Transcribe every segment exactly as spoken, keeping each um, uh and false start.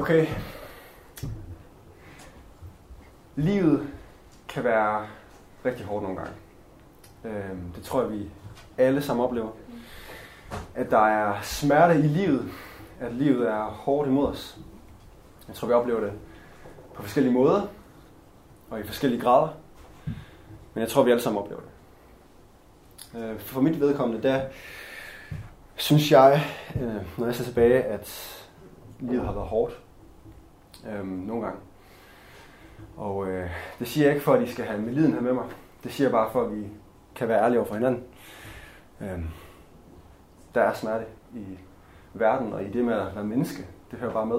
Okay. Livet kan være rigtig hårdt nogle gange. Det tror jeg, vi alle sammen oplever. At der er smerte i livet. At livet er hårdt imod os. Jeg tror, vi oplever det på forskellige måder. Og i forskellige grader. Men jeg tror, vi alle sammen oplever det. For mit vedkommende, der synes jeg, når jeg ser tilbage, at livet har været hårdt. Nogle gange. Og øh, det siger jeg ikke for, at I skal have medlidenhed med mig. Det siger jeg bare for, at vi kan være ærlige over for hinanden. Øh, der er smerte i verden, og i det med at være menneske. Det hører bare med.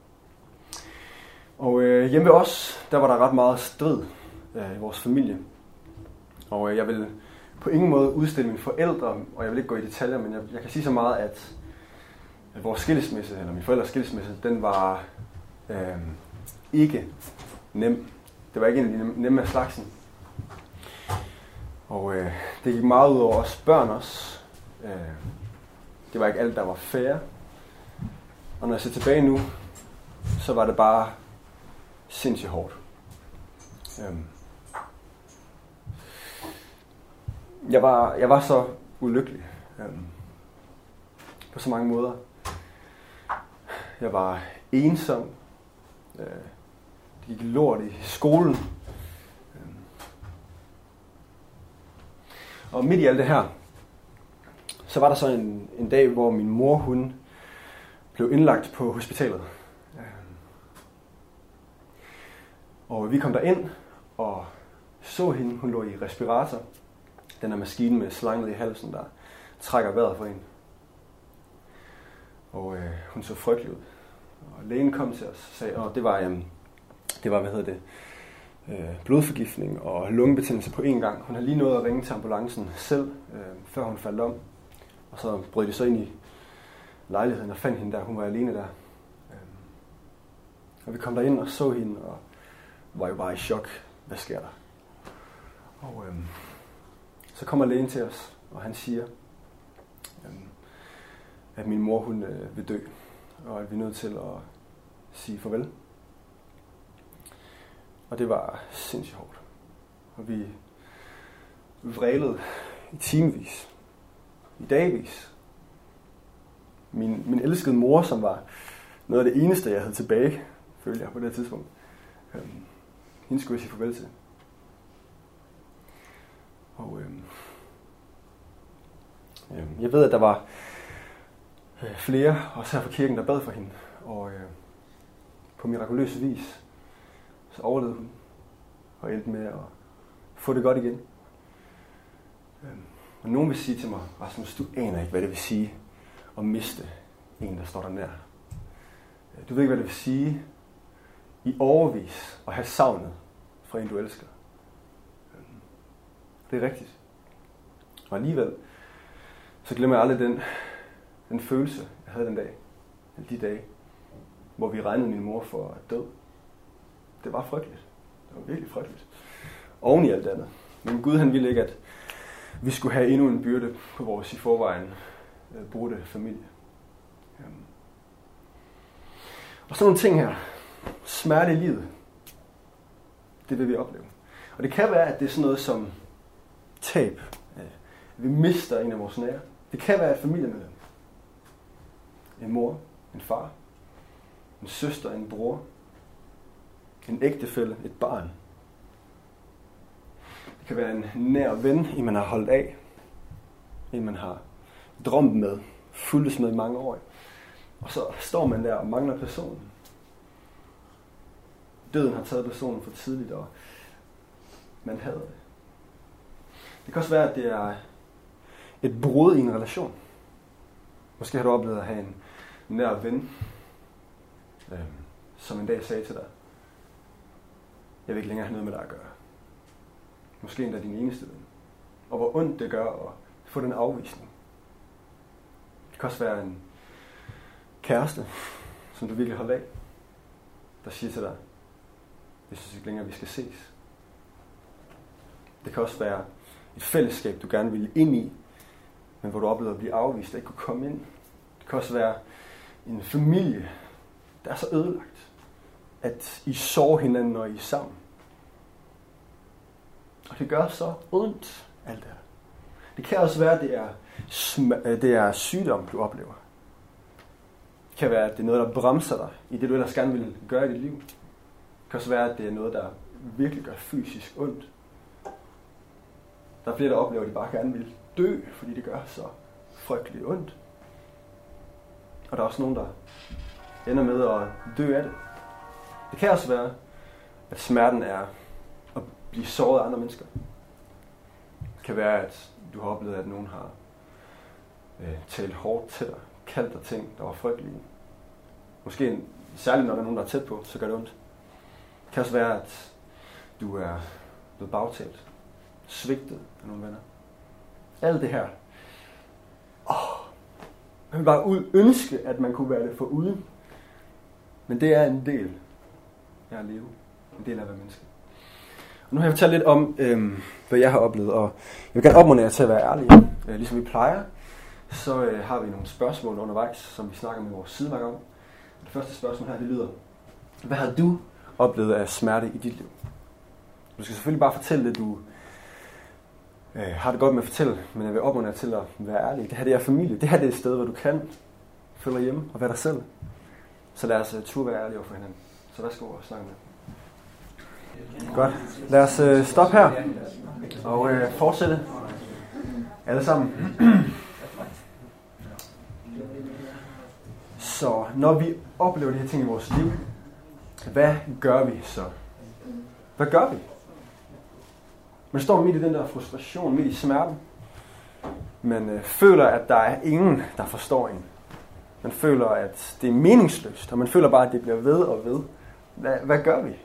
Og øh, hjemme ved os, der var der ret meget strid øh, i vores familie. Og øh, jeg vil på ingen måde udstille mine forældre, og jeg vil ikke gå i detaljer, men jeg, jeg kan sige så meget, at, at vores skilsmisse, eller min forældres skilsmisse, den var øh, ikke nem. Det var ikke en af de nemme af slagsen. Og øh, det gik meget ud over os børn også. Øh, det var ikke alt, der var fair. Og når jeg ser tilbage nu, så var det bare sindssygt hårdt. Øh. Jeg var, jeg var så ulykkelig. Øh. På så mange måder. Jeg var ensom. Øh. Det gik lort i skolen. Og midt i alt det her, så var der så en, en dag, hvor min mor, hun blev indlagt på hospitalet. Og vi kom derind og så hende. Hun lå i respirator. Den her maskine med slanget i halsen, der trækker vejret for hende. Og øh, hun så frygtelig ud. Og lægen kom til os og sagde, at det var... Øh, Det var, hvad hedder det, øh, blodforgiftning og lungebetændelse på én gang. Hun havde lige nået at ringe til ambulancen selv, øh, før hun faldt om. Og så brød de så ind i lejligheden og fandt hende der. Hun var alene der. Øh, og vi kom derind og så hende og var jo bare i chok. Hvad sker der? Og øh, så kommer lægen til os, og han siger, øh, at min mor, hun øh, vil dø. Og at vi er nødt til at sige farvel. Og det var sindssygt hårdt. Og vi vrælede i timevis. I dagvis. Min, min elskede mor, som var noget af det eneste, jeg havde tilbage, følte jeg på det tidspunkt. Øhm, hende skulle jeg sige farvel til. Og øhm, øhm, jeg ved, at der var øh, flere, også her fra kirken, der bad for hende. Og øh, på mirakuløs vis, så overlevede hun og endte med at få det godt igen. Og nogen vil sige til mig, Rasmus, du aner ikke, hvad det vil sige at miste en, der står der nær. Du ved ikke, hvad det vil sige i årevis at have savnet fra en, du elsker. Det er rigtigt. Og alligevel, så glemmer jeg aldrig den, den følelse, jeg havde den dag, eller de dage, hvor vi regnede min mor for at dø. Det var frygteligt. Det var virkelig frygteligt. Oven i alt andet. Men Gud, han ville ikke, at vi skulle have endnu en byrde på vores i forvejen øh, brudte familie. Jamen. Og sådan nogle ting her. Smerte i livet. Det vil vi opleve. Og det kan være, at det er sådan noget som tab. Vi mister en af vores nære. Det kan være et familiemedlem. En mor, en far, en søster, en bror. En ægtefælle, et barn. Det kan være en nær ven, en man har holdt af. En man har drømt med, fulgtes med i mange år. Og så står man der og mangler personen. Døden har taget personen for tidligt, og man hader det. Det kan også være, at det er et brud i en relation. Måske har du oplevet at have en nær ven, øh, som en dag sagde til dig, jeg vil ikke længere have noget med dig at gøre. Måske endda din eneste ven. Og hvor ondt det gør at få den afvisning. Det kan også være en kæreste, som du virkelig holder af, der siger til dig, jeg synes ikke længere, vi skal ses. Det kan også være et fællesskab, du gerne vil ind i, men hvor du oplever at blive afvist og ikke kunne komme ind. Det kan også være en familie, det er så ødelagt, at I sårer hinanden, når I er sammen. Og det gør så ondt, alt det her. Det kan også være, at det er, sm- det er sygdom, du oplever. Det kan være, at det er noget, der bremser dig i det, du ellers gerne vil gøre i dit liv. Det kan også være, at det er noget, der virkelig gør fysisk ondt. Der er flere, der oplever, at de bare gerne vil dø, fordi det gør så frygteligt ondt. Og der er også nogen, der ender med at dø af det. Det kan også være, at smerten er at blive såret af andre mennesker. Det kan være, at du har oplevet, at nogen har øh, talt hårdt til dig, kaldt dig ting, der var frygtelige. Måske særligt, når der er nogen, der er tæt på, så gør det ondt. Det kan også være, at du er blevet bagtalt, svigtet af nogle venner. Alt det her. Åh, jeg vil bare ønske, at man kunne være det foruden. Men det er en del af at leve. En del af at være menneske. Og nu har jeg fortalt lidt om, øhm, hvad jeg har oplevet. Og jeg vil gerne opmuntre jer til at være ærlige. Øh, ligesom vi plejer, så øh, har vi nogle spørgsmål undervejs, som vi snakker med vores sideværk om. Det første spørgsmål her, det lyder: hvad har du oplevet af smerte i dit liv? Du skal selvfølgelig bare fortælle det, du øh, har det godt med at fortælle, men jeg vil opmuntre jer til at være ærlig. Det her det er familie. Det her det er et sted, hvor du kan følge hjemme og være dig selv. Så lad os uh, turde være ærlige over for hinanden. Så værsgo og snakke med. Godt. Lad os uh, stoppe her og uh, fortsætte alle sammen. Så når vi oplever de her ting i vores liv, hvad gør vi så? Hvad gør vi? Man står midt i den der frustration, midt i smerten. Man uh, føler, at der er ingen, der forstår en. Man føler, at det er meningsløst, og man føler bare, at det bliver ved og ved. Hvad, hvad gør vi?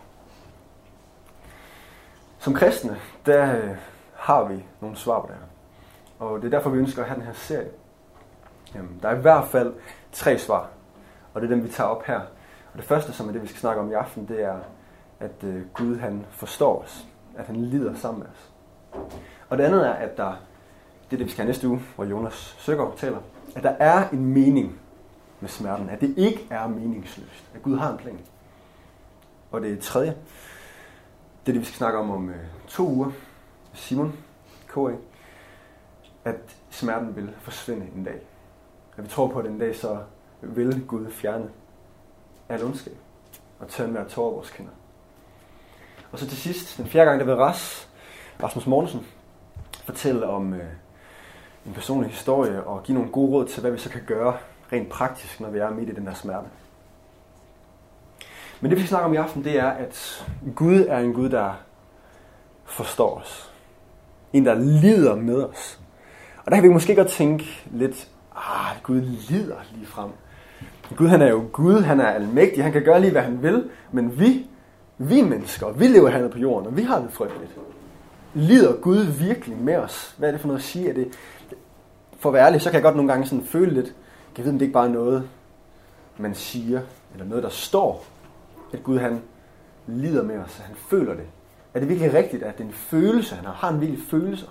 Som kristne, der øh, har vi nogle svar på det her. Og det er derfor, vi ønsker at have den her serie. Jamen, der er i hvert fald tre svar, og det er dem, vi tager op her. Og det første, som er det, vi skal snakke om i aften, det er, at øh, Gud han forstår os. At han lider sammen med os. Og det andet er, at der, det er det, vi skal have næste uge, hvor Jonas Søgaard taler, at der er en mening med smerten. At det ikke er meningsløst. At Gud har en plan. Og det tredje, det er det, vi skal snakke om om øh, to uger. Simon K A. At smerten vil forsvinde en dag. At vi tror på, at en dag så vil Gud fjerne al ondskab. Og tørre med at tåre vores kinder. Og så til sidst, den fjerde gang, der vil Ras, Rasmus Mortensen fortælle om øh, en personlig historie og give nogle gode råd til, hvad vi så kan gøre rent praktisk, når vi er midt i den der smerte. Men det vi skal snakke om i aften, det er, at Gud er en Gud, der forstår os. En, der lider med os. Og der kan vi måske godt tænke lidt, ah, Gud lider lige frem. Gud han er jo Gud, han er almægtig, han kan gøre lige hvad han vil, men vi, vi mennesker, vi lever hernede på jorden, og vi har det frygteligt. Lider Gud virkelig med os? Hvad er det for noget at sige? Er det, for at være ærlig, så kan jeg godt nogle gange sådan føle lidt, jeg ved, om det ikke bare er noget, man siger, eller noget, der står, at Gud han lider med os, at han føler det. Er det virkelig rigtigt, at det er en følelse, han har? Har han virkelig følelser?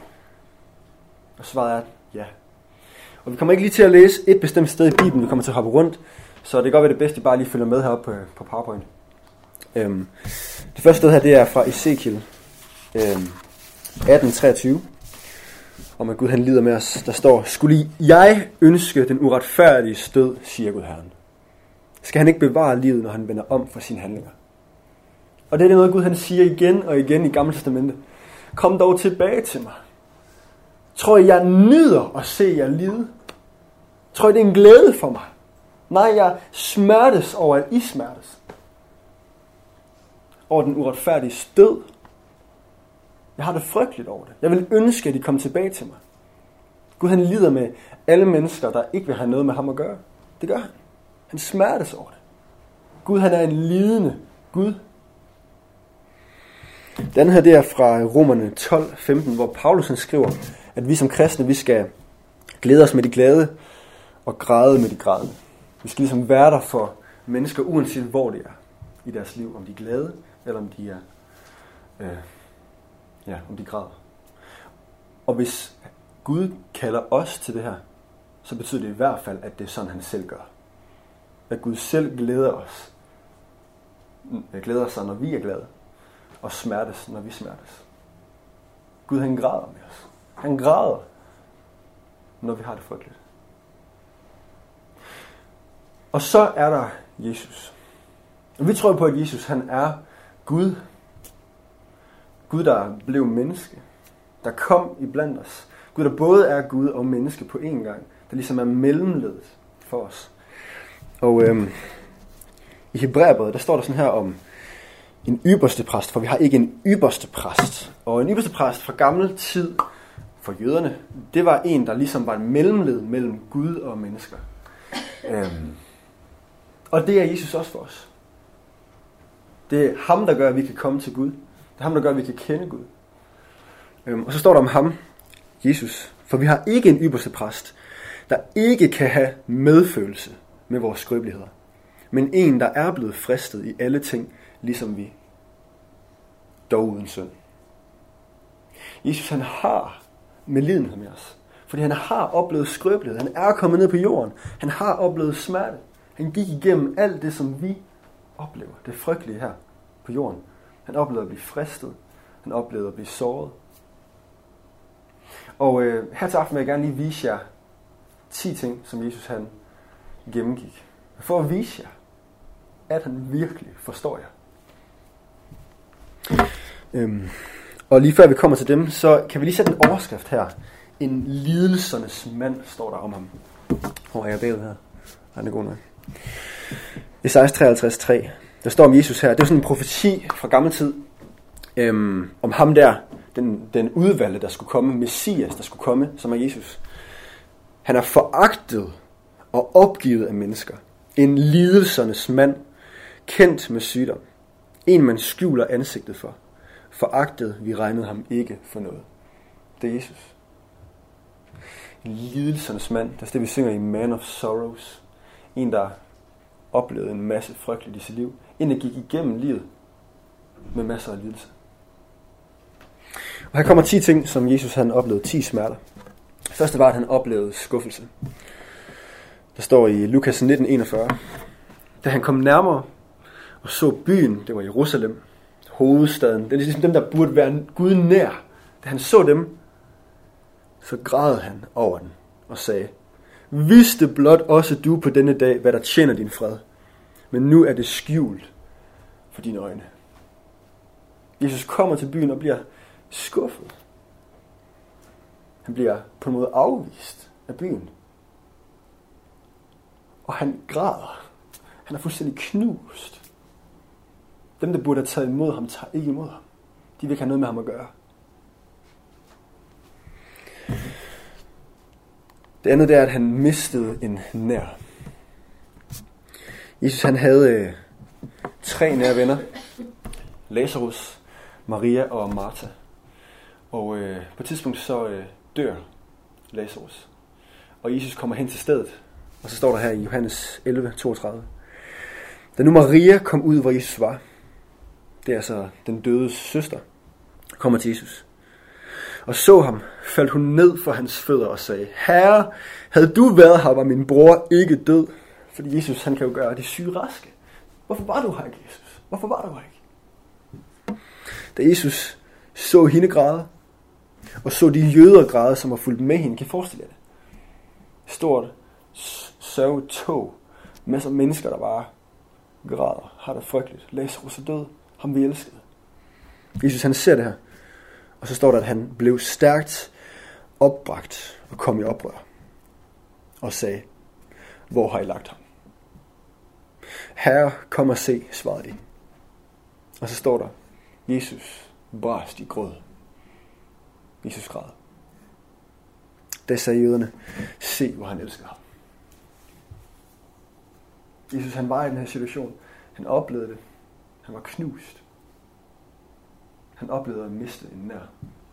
Og svaret er, ja. Og vi kommer ikke lige til at læse et bestemt sted i Bibelen, vi kommer til at hoppe rundt, så det kan godt være det bedste, at I bare lige følger med heroppe på, på PowerPoint. Øhm, det første sted her, det er fra Ezekiel øhm, atten treogtyve, om at Gud han lider med os. Der står, skulle jeg ønske den uretfærdige død, siger Gud Herren. Skal han ikke bevare livet, når han vender om for sine handlinger? Og det er noget, Gud han siger igen og igen i Gamle Testamente. Kom dog tilbage til mig. Tror I, jeg nyder at se jer lide? Tror I, det er en glæde for mig? Nej, jeg smertes over, at I smertes. Over den uretfærdige død. Jeg har det frygteligt over det. Jeg vil ønske, at I kommer tilbage til mig. Gud han lider med alle mennesker, der ikke vil have noget med ham at gøre. Det gør han. Han smertes over det. Gud han er en lidende Gud. Den her det er fra Romerne tolv femten, hvor Paulus han skriver, at vi som kristne, vi skal glæde os med de glade og græde med de grædende. Vi skal ligesom være der for mennesker, uanset hvor de er i deres liv. Om de er glade, eller om de er, øh, ja, om de græder. Og hvis Gud kalder os til det her, så betyder det i hvert fald, at det er sådan, han selv gør. at Gud selv glæder os. Glæder sig, når vi er glade. Og smertes, når vi smertes. Gud, han græder med os. Han græder, når vi har det frygteligt. Og så er der Jesus. Og vi tror på, at Jesus, han er Gud. Gud, der blev menneske. Der kom i blandt os. Gud, der både er Gud og menneske på én gang. Der ligesom er mellemledet for os. Og øhm, i Hebræerbrevet, der står der sådan her om en ypperste præst, for vi har ikke en ypperste præst. Og en ypperste præst fra gammel tid for jøderne, det var en, der ligesom var en mellemled mellem Gud og mennesker. Øhm, og det er Jesus også for os. Det er ham, der gør, at vi kan komme til Gud. Det er ham, der gør, at vi kan kende Gud. Øhm, og så står der om ham, Jesus. For vi har ikke en ypperste præst, der ikke kan have medfølelse med vores skrøbeligheder. Men en, der er blevet fristet i alle ting, ligesom vi. Dog uden synd. Jesus, han har medlidenhed med os. Fordi han har oplevet skrøbelighed. Han er kommet ned på jorden. Han har oplevet smerte. Han gik igennem alt det, som vi oplever. Det frygtelige her på jorden. Han oplevede at blive fristet. Han oplevede at blive såret. Og øh, her til aften vil jeg gerne lige vise jer ti ting, som Jesus han gennemgik. For at vise jer, at han virkelig forstår jer. Øhm, og lige før vi kommer til dem, så kan vi lige sætte en overskrift her. En lidelsernes mand, står der om ham. Hvor er jeg bagud her? Han er god nok. Esajas treoghalvtreds tre. Der står om Jesus her. Det er sådan en profeti fra gammel tid. Øhm, om ham der, den, den udvalgte, der skulle komme. Messias, der skulle komme, som er Jesus. Han er foragtet og opgivet af mennesker. En lidelsernes mand, kendt med sygdom. En, man skjuler ansigtet for. Foragtet, vi regnede ham ikke for noget. Det er Jesus. En lidelsernes mand, det er det, vi synger i Man of Sorrows. En, der oplevede en masse frygteligt i sit liv. En, der gik igennem livet med masser af lidelse. Og her kommer ti ting, som Jesus han oplevede. ti smerter. Første var, at han oplevede skuffelse. Der står i Lukas nitten enogfyrre. Da han kom nærmere og så byen, det var Jerusalem, hovedstaden, det er ligesom dem, der burde være Gud nær. Da han så dem, så græd han over den og sagde, vidste blot også du på denne dag, hvad der tjener din fred. Men nu er det skjult for dine øjne. Jesus kommer til byen og bliver skuffet. Han bliver på en måde afvist af byen. Og han græder. Han er fuldstændig knust. Dem, der burde have taget imod ham, tager ikke imod ham. De vil ikke have noget med ham at gøre. Det andet er, at han mistede en nær. Jesus han havde øh, tre nære venner. Lazarus, Maria og Martha. Og øh, på et tidspunkt så øh, dør Lazarus. Og Jesus kommer hen til stedet. Og så står der her i Johannes elleve toogtredive. Da nu Maria kom ud, hvor Jesus var. Det er altså den dødes søster. Kommer til Jesus. Og så ham, faldt hun ned for hans fødder og sagde, Herre, havde du været her, var min bror ikke død. Fordi Jesus, han kan jo gøre de syge raske. Hvorfor var du her ikke, Jesus? Hvorfor var du her ikke? Da Jesus så hende græde, og så de jøder græde, som var fulgt med hende, kan I forestille jer det? Stort sørgetog, masser af mennesker, der bare græder, har det frygteligt. Lazarus er død, ham vi elskede. Jesus, han ser det her. Og så står der, at han blev stærkt opbragt og kom i oprør. Og sagde, hvor har I lagt ham? Herre, kom og se, svarede de. Og så står der, Jesus brast i gråd. Jesus græd. Da sagde jøderne, se hvor han elsker ham. Jesus han var i den her situation. Han oplevede det. Han var knust. Han oplevede at miste en nær.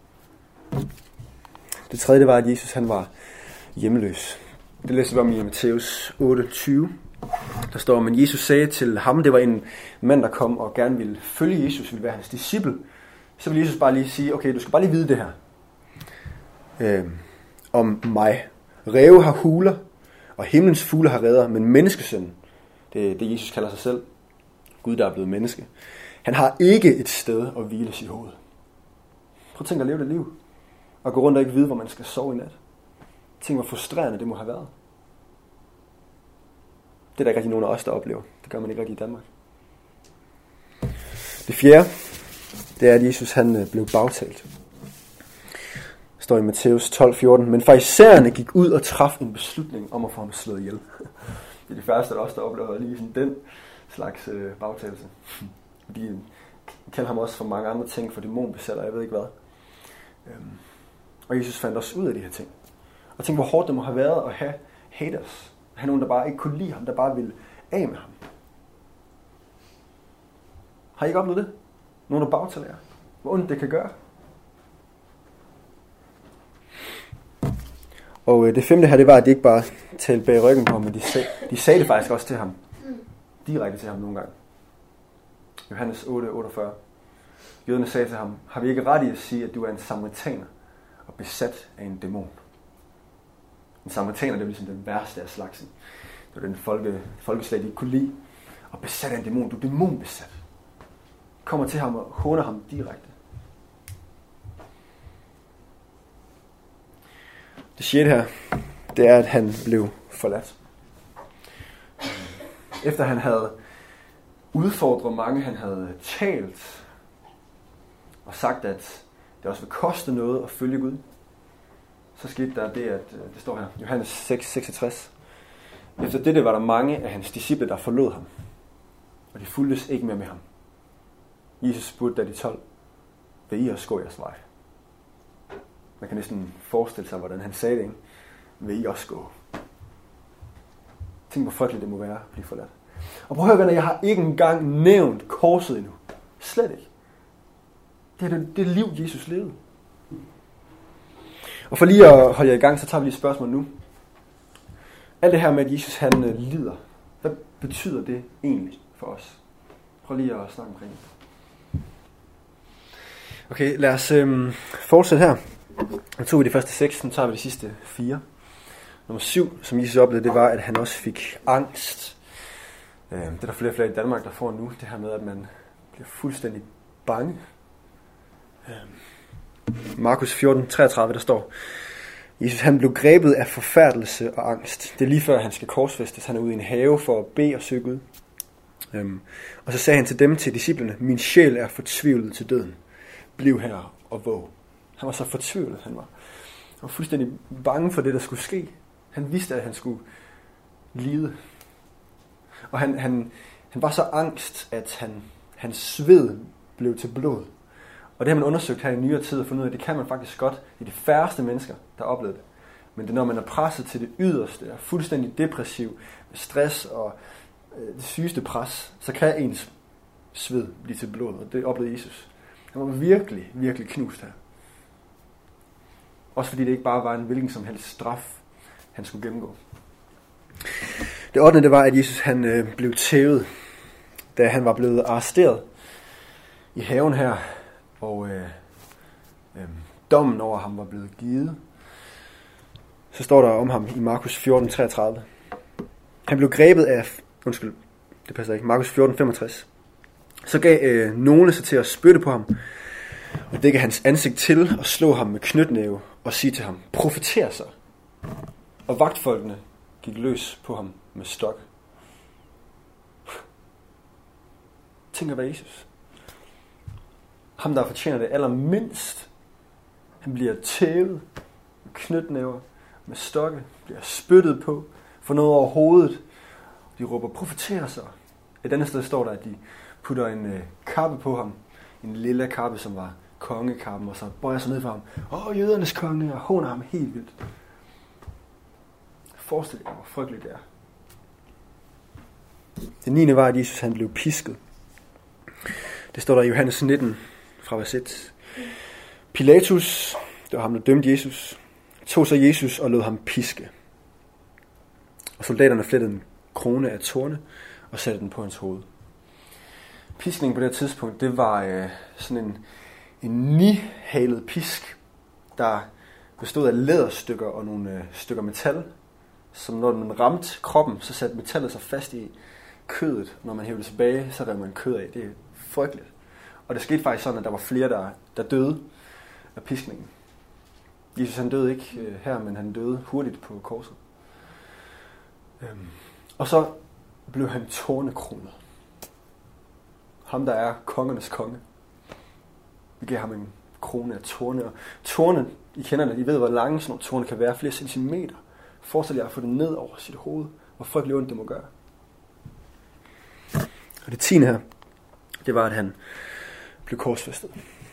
Det tredje var, at Jesus han var hjemløs. Det læser vi om i Matthæus otte tyve. Der står, men Jesus sagde til ham, det var en mand, der kom og gerne ville følge Jesus, ville være hans disciple. Så vil Jesus bare lige sige, okay, du skal bare lige vide det her. Øh, om mig. Ræve har huler, og himlens fugle har reder, men menneskesønnen, Det er det, Jesus kalder sig selv. Gud, der er blevet menneske. Han har ikke et sted at hvile sit hoved. Prøv at tænke at leve det liv. Og gå rundt og ikke vide, hvor man skal sove i nat. Tænk, hvor frustrerende det må have været. Det er der ikke rigtig nogen af os, der oplever. Det gør man ikke rigtig i Danmark. Det fjerde, det er, at Jesus han blev bagtalt. Det står i Matthæus tolv fjorten. Men farisæerne gik ud og traf en beslutning om at få ham slået ihjel. Det er de første af os, der oplever lige sådan den slags øh, bagtagelse. De kalder ham også for mange andre ting, for dæmonbesætter, jeg ved ikke hvad. Øhm, og Jesus fandt også ud af de her ting. Og tænk, hvor hårdt det må have været at have haters. At have nogen, der bare ikke kunne lide ham, der bare ville af med ham. Har I ikke oplevet det? Nogen, der bagtaler jer. Hvor ondt det kan gøre. Og øh, det femte her, det var, at de ikke bare talte bag ryggen på ham, men de, sag, de sagde det faktisk også til ham. Direkte til ham nogle gange. Johannes otte otteogfyrre. Jøderne sagde til ham, har vi ikke ret i at sige, at du er en samaritaner og besat af en dæmon? En samaritaner, det er ligesom den værste af slagsen. Det var den folke, folkeslag, de ikke kunne lide. Og besat af en dæmon. Du er dæmonbesat. Kommer til ham og håner ham direkte. Det sjette her, det er, at han blev forladt. Efter han havde udfordret mange, han havde talt og sagt, at det også vil koste noget at følge Gud, så skete der det, at det står her, Johannes seks seksogtres. Efter dette var der mange af hans disciple, der forlod ham, og de fulgtes ikke mere med ham. Jesus spurgte da de tolv, vil I også gå jeres vej? Man kan næsten forestille sig, hvordan han sagde det, ikke? Vil I også gå? Tænk, hvor frygteligt det må være at blive forladt. Og prøv at høre, venner, jeg har ikke engang nævnt korset endnu. Slet ikke. Det er det, det liv, Jesus levede. Og for lige at holde jer i gang, så tager vi lige et spørgsmål nu. Alt det her med, at Jesus han uh, lider, hvad betyder det egentlig for os? Prøv lige at snakke omkring det. Okay, lad os øhm, fortsætte her. Nu tog vi de første seks, nu tager vi de sidste fire. Nummer syv, som Jesus oplevede, det var, at han også fik angst. Øh, det er der flere og flere i Danmark, der får nu. Det her med, at man bliver fuldstændig bange. Øh, Markus fjorten treogtredive, der står, Jesus han blev grebet af forfærdelse og angst. Det er lige før, han skal korsfæstes. Han er ude i en have for at bede og søge Gud. Øh, og så sagde han til dem, til disciplene, min sjæl er fortvivlet til døden. Bliv her og våg. Han var så fortvivlet, han var. Han var fuldstændig bange for det, der skulle ske. Han vidste, at han skulle lide. Og han, han, han var så angst, at han, hans sved blev til blod. Og det har man undersøgt her i nyere tid og fundet ud af, at det kan man faktisk godt. Det er de færreste mennesker, der oplevede det. Men det er, når man er presset til det yderste, er fuldstændig depressiv, med stress og øh, det sygeste pres, så kan ens sved blive til blod. Og det oplevede Jesus. Han var virkelig, virkelig knust her. Også fordi det ikke bare var en hvilken som helst straf, han skulle gennemgå. Det ottende, det var, at Jesus han øh, blev tævet, da han var blevet arresteret i haven her, og øh, øh, dommen over ham var blevet givet. Så står der om ham i Markus fjorten treogtredive. Han blev grebet af, undskyld, det passer ikke, Markus fjorten femogtres. Så gav øh, nogle sig til at spytte på ham, og dække hans ansigt til og slå ham med knytnæve og sige til ham, profeter så. Og vagtfolkene gik løs på ham med stok. Tænk at være Jesus. Ham, der fortjener det allermindst. Han bliver tævet med knytnæver, med stokke, bliver spyttet på, får noget over hovedet. De råber, profeter så. Et andet sted står der, at de putter en øh, kappe på ham. En lille kappe, som var kongekappen, og så bøjer sig ned for ham. Åh, jødernes konge, og håner ham helt vildt. Forestil dig, hvor frygteligt det er. Det niende var, at Jesus han blev pisket. Det står der i Johannes nitten fra vers et. Pilatus, det var ham, der dømte Jesus, tog så Jesus og lod ham piske. Og soldaterne flettede en krone af torne og satte den på hans hoved. Piskningen på det tidspunkt, det var øh, sådan en, en nihalet pisk, der bestod af læderstykker og nogle øh, stykker metal, som når man ramte kroppen, så satte metallet sig fast i, kødet. Når man hævde det tilbage, så rev man kød af. Det er frygteligt. Og det skete faktisk sådan, at der var flere, der, der døde af piskningen. Jesus han døde ikke øh, her, men han døde hurtigt på korset. Øhm. Og så blev han tornekronet. Ham, der er kongernes konge. Vi gav ham en krone af torne. Og torne, I kender det, I ved, hvor lange sådan nogle torne kan være. Flere centimeter. Forestil jer at få det ned over sit hoved. Hvor frygtelig ondt det må gøre. Og det tiende her, det var, at han blev korsfæstet.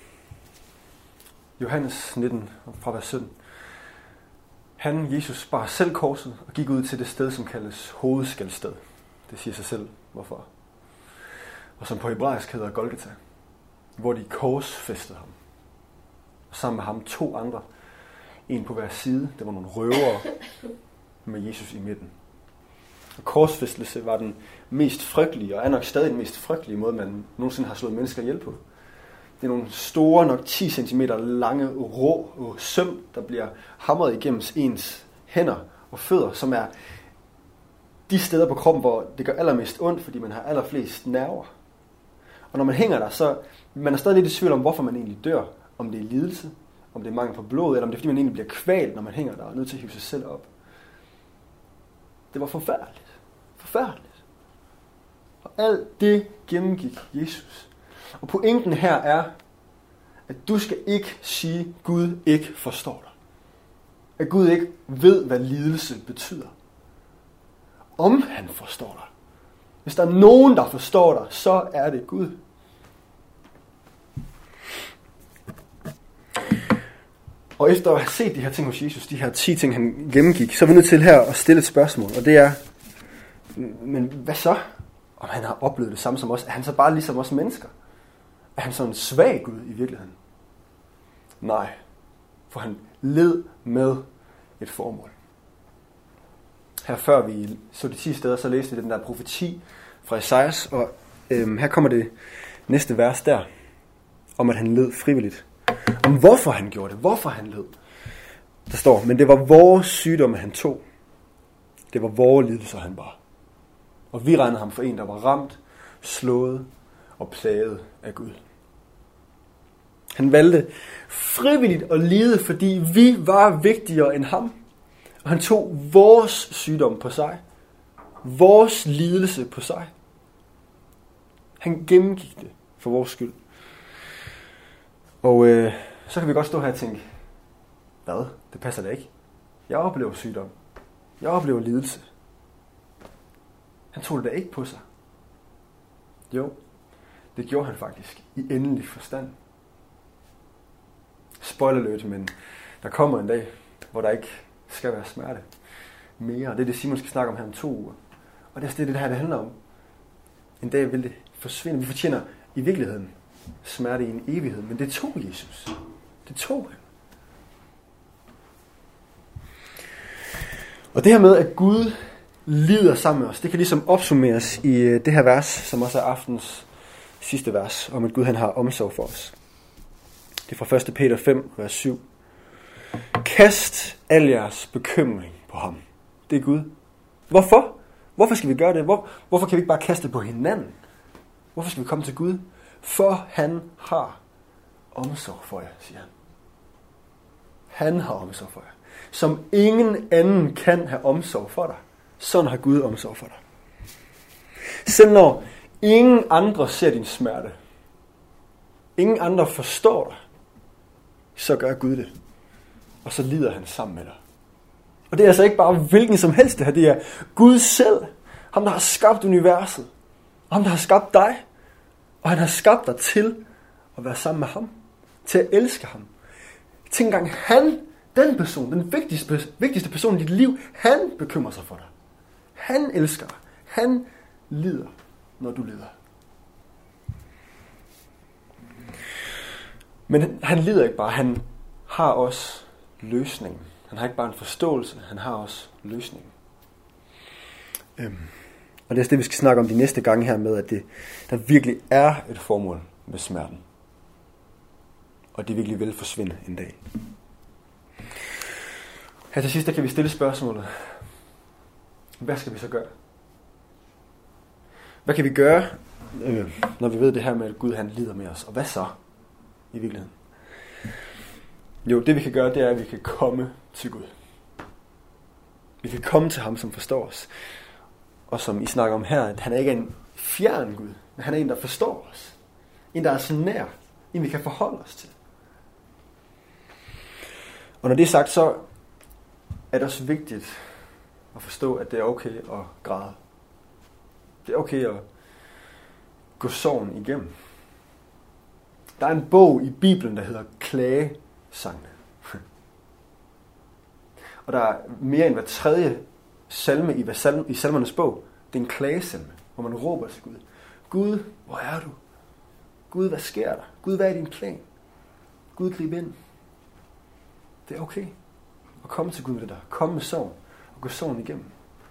Johannes nitten, fra vers sytten. Han, Jesus, bar selv korset og gik ud til det sted, som kaldes hovedskaldsted. Det siger sig selv, hvorfor. Og som på hebraisk hedder Golgata, hvor de korsfæstede ham. Og sammen med ham to andre, en på hver side. Det var nogle røvere med Jesus i midten. Og korsfæstelse var den mest frygtelige, og er nok stadig den mest frygtelige måde, man nogensinde har slået mennesker ihjel på. Det er nogle store, nok ti centimeter lange rå og søm, der bliver hamret igennem ens hænder og fødder, som er de steder på kroppen, hvor det gør allermest ondt, fordi man har allerflest nerver. Og når man hænger der, så man er stadig lidt i tvivl om, hvorfor man egentlig dør. Om det er lidelse, om det er mangel på blod, eller om det er, fordi man egentlig bliver kvalt, når man hænger der og er nødt til at hive sig selv op. Det var forfærdeligt. Forfærdeligt. Og alt det gennemgik Jesus. Og pointen her er, at du skal ikke sige, at Gud ikke forstår dig. At Gud ikke ved, hvad lidelse betyder. Om han forstår dig. Hvis der er nogen, der forstår dig, så er det Gud. Og efter at have set de her ting hos Jesus, de her ti ting, han gennemgik, så er vi nødt til her at stille et spørgsmål. Og det er, men hvad så? Om han har oplevet det samme som os? Er han så bare ligesom os mennesker? Er han sådan en svag Gud i virkeligheden? Nej, for han led med et formål. Her før vi så de ti steder, så læste vi den der profeti fra Esajas, og øhm, her kommer det næste vers der, om at han led frivilligt. Om hvorfor han gjorde det, hvorfor han led. Der står, men det var vores sygdomme, han tog. Det var vores lidelser, han bar. Og vi regnede ham for en, der var ramt, slået og plaget af Gud. Han valgte frivilligt at lide, fordi vi var vigtigere end ham. Og han tog vores sygdom på sig. Vores lidelse på sig. Han gennemgik det for vores skyld. Og øh, så kan vi godt stå her og tænke, hvad? Det passer da ikke. Jeg oplever sygdom. Jeg oplever lidelse. Han tog det da ikke på sig. Jo, det gjorde han faktisk i endelig forstand. Spoiler alert, men der kommer en dag, hvor der ikke skal være smerte mere. Det er det, Simon skal snakke om her om to uger. Og det er det, det her det handler om. En dag vil det forsvinde. Vi fortjener i virkeligheden smerte i en evighed, men det tog Jesus. Det tog han. Og det her med, at Gud lider sammen med os, det kan ligesom opsummeres i det her vers, som også er aftens sidste vers, om at Gud han har omsorg for os. Det er fra første Peter fem, vers syv. Kast al jeres bekymring på ham. Det er Gud. Hvorfor? Hvorfor skal vi gøre det? Hvor, hvorfor kan vi ikke bare kaste det på hinanden? Hvorfor skal vi komme til Gud? For han har omsorg for jer, siger han. Han har omsorg for jer. Som ingen anden kan have omsorg for dig. Sådan har Gud omsorg for dig. Selv når ingen andre ser din smerte, ingen andre forstår dig, så gør Gud det. Og så lider han sammen med dig. Og det er altså ikke bare hvilken som helst det her. Det er Gud selv. Ham, der har skabt universet. Og ham, der har skabt dig. Og han har skabt dig til at være sammen med ham. Til at elske ham. Tænk engang, han, den person, den vigtigste, vigtigste person i dit liv, han bekymrer sig for dig. Han elsker dig. Han lider, når du lider. Men han lider ikke bare. Han har også løsningen. Han har ikke bare en forståelse, han har også løsningen. Øhm. Og det er det, vi skal snakke om de næste gange her med, at det, der virkelig er et formål med smerten. Og det virkelig vil forsvinde en dag. Her til sidst, der kan vi stille spørgsmålet. Hvad skal vi så gøre? Hvad kan vi gøre, øh, når vi ved det her med, at Gud han lider med os? Og hvad så i virkeligheden? Jo, det vi kan gøre, det er, at vi kan komme til Gud. Vi kan komme til ham, som forstår os. Og som I snakker om her, at han er ikke en fjern Gud, men han er en, der forstår os. En, der er så nær. En, vi kan forholde os til. Og når det er sagt, så er det også vigtigt at forstå, at det er okay at græde. Det er okay at gå sorgen igennem. Der er en bog i Bibelen, der hedder Klagesangene. Og der er mere end hver tredje salme i, salme, i salmernes bog. Det er en klagesalme, hvor man råber til Gud. Gud, hvor er du? Gud, hvad sker der? Gud, hvad er din plan? Gud, grib ind. Det er okay at komme til Gud med det der. Komme med sorg og gå sorgen igennem.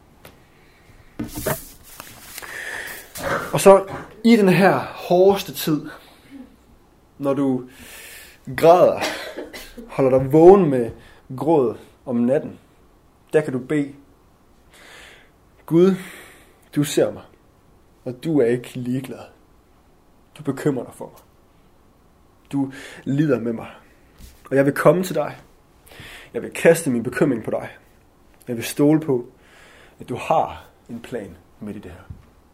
Og så i den her hårdeste tid, når du græder, holder dig vågen med gråd om natten, der kan du bede. Gud, du ser mig, og du er ikke ligeglad. Du bekymrer dig for mig. Du lider med mig. Og jeg vil komme til dig. Jeg vil kaste min bekymring på dig. Jeg vil stole på, at du har en plan midt i det her.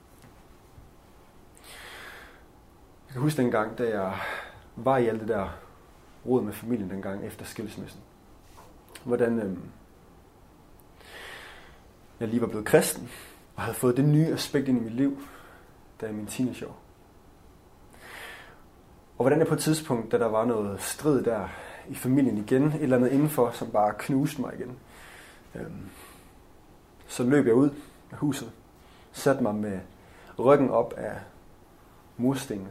Jeg kan huske dengang, da jeg var i alt det der råd med familien dengang efter skilsmissen. Hvordan øhm, jeg lige var blevet kristen, og havde fået det nye aspekt ind i mit liv, da jeg i min teenageår. Og hvordan jeg på et tidspunkt, da der var noget strid der i familien igen, et eller andet indenfor, som bare knuste mig igen, øhm, så løb jeg ud af huset, satte mig med ryggen op af murstenene,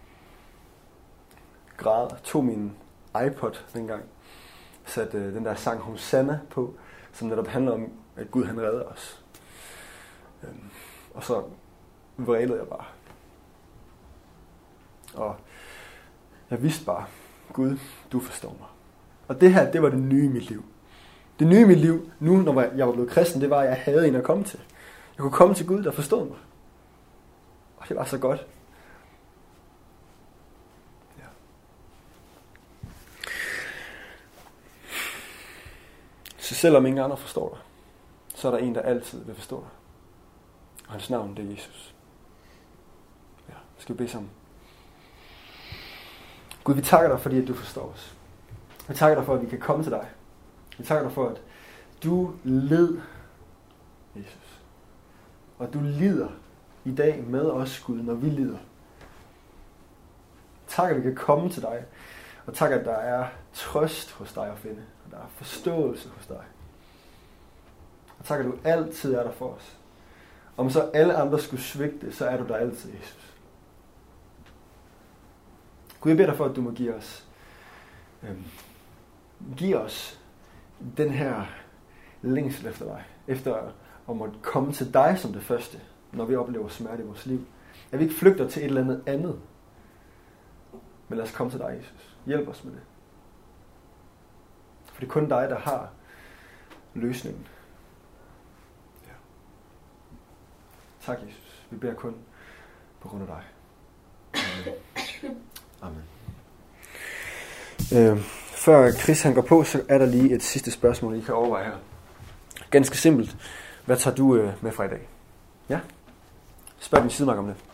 græd, tog min iPod dengang, satte øh, den der sang Hosanna på, som netop handler om, at Gud han redder os. Øhm, og så vrælede jeg bare. Og jeg vidste bare, Gud, du forstår mig. Og det her, det var det nye i mit liv. Det nye i mit liv, nu når jeg var blevet kristen, det var, at jeg havde en at komme til. Jeg kunne komme til Gud, der forstod mig. Og det var så godt. Ja. Så selvom ingen andre forstår dig, så er der en, der altid vil forstå dig. Og hans navn, det er Jesus. Ja, skal vi bede sammen. Gud, vi takker dig, fordi at du forstår os. Vi takker dig for, at vi kan komme til dig. Vi takker dig for, at du led, Jesus. Og du lider i dag med os, Gud, når vi lider. Tak, at vi kan komme til dig. Og tak, at der er trøst hos dig at finde. Og der er forståelse hos dig. Og tak, at du altid er der for os. Om så alle andre skulle svigte, så er du der altid, Jesus. Gud, jeg beder dig for, at du må give os, øhm, give os den her længsel efter dig. Efter at måtte komme til dig som det første, når vi oplever smerte i vores liv. At vi ikke flygter til et eller andet andet. Men lad os komme til dig, Jesus. Hjælp os med det. For det er kun dig, der har løsningen. Ja. Tak, Jesus. Vi beder kun på grund af dig. Amen. Amen. Øh, før Chris han går på, så er der lige et sidste spørgsmål, I kan overveje her. Ganske simpelt. Hvad tager du øh, med fra i dag? Ja? Spørg din sidemark om det.